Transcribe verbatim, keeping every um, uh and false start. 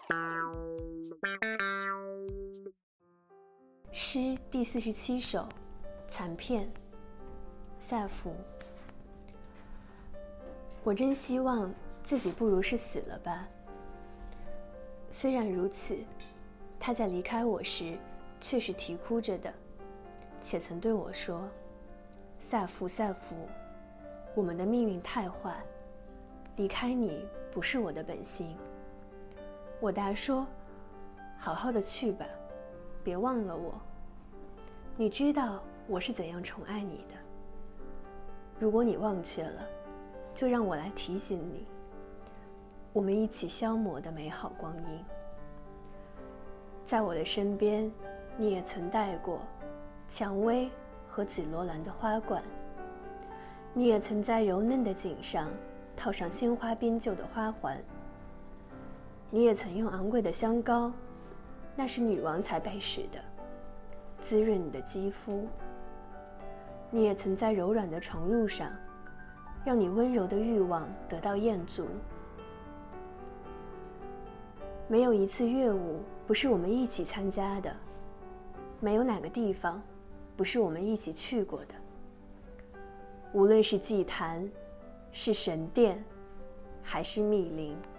诗第四十七首，残片。萨福。我真希望自己不如是死了吧。虽然如此，他在离开我时却是啼哭着的，且曾对我说：“萨福，萨福，我们的命运太坏，离开你不是我的本心。”我答说：“好好的去吧，别忘了我。你知道我是怎样宠爱你的。如果你忘却了，就让我来提醒你，我们一起消磨的美好光阴。在我的身边，你也曾戴过蔷薇和紫罗兰的花冠，你也曾在柔嫩的颈上套上鲜花编就的花环，你也曾用昂贵的香膏，那是女王才配使的，滋润你的肌肤。你也曾在柔软的床褥上，让你温柔的欲望得到厌足。没有一次乐舞不是我们一起参加的，没有哪个地方不是我们一起去过的。无论是祭坛，是神殿，还是密林。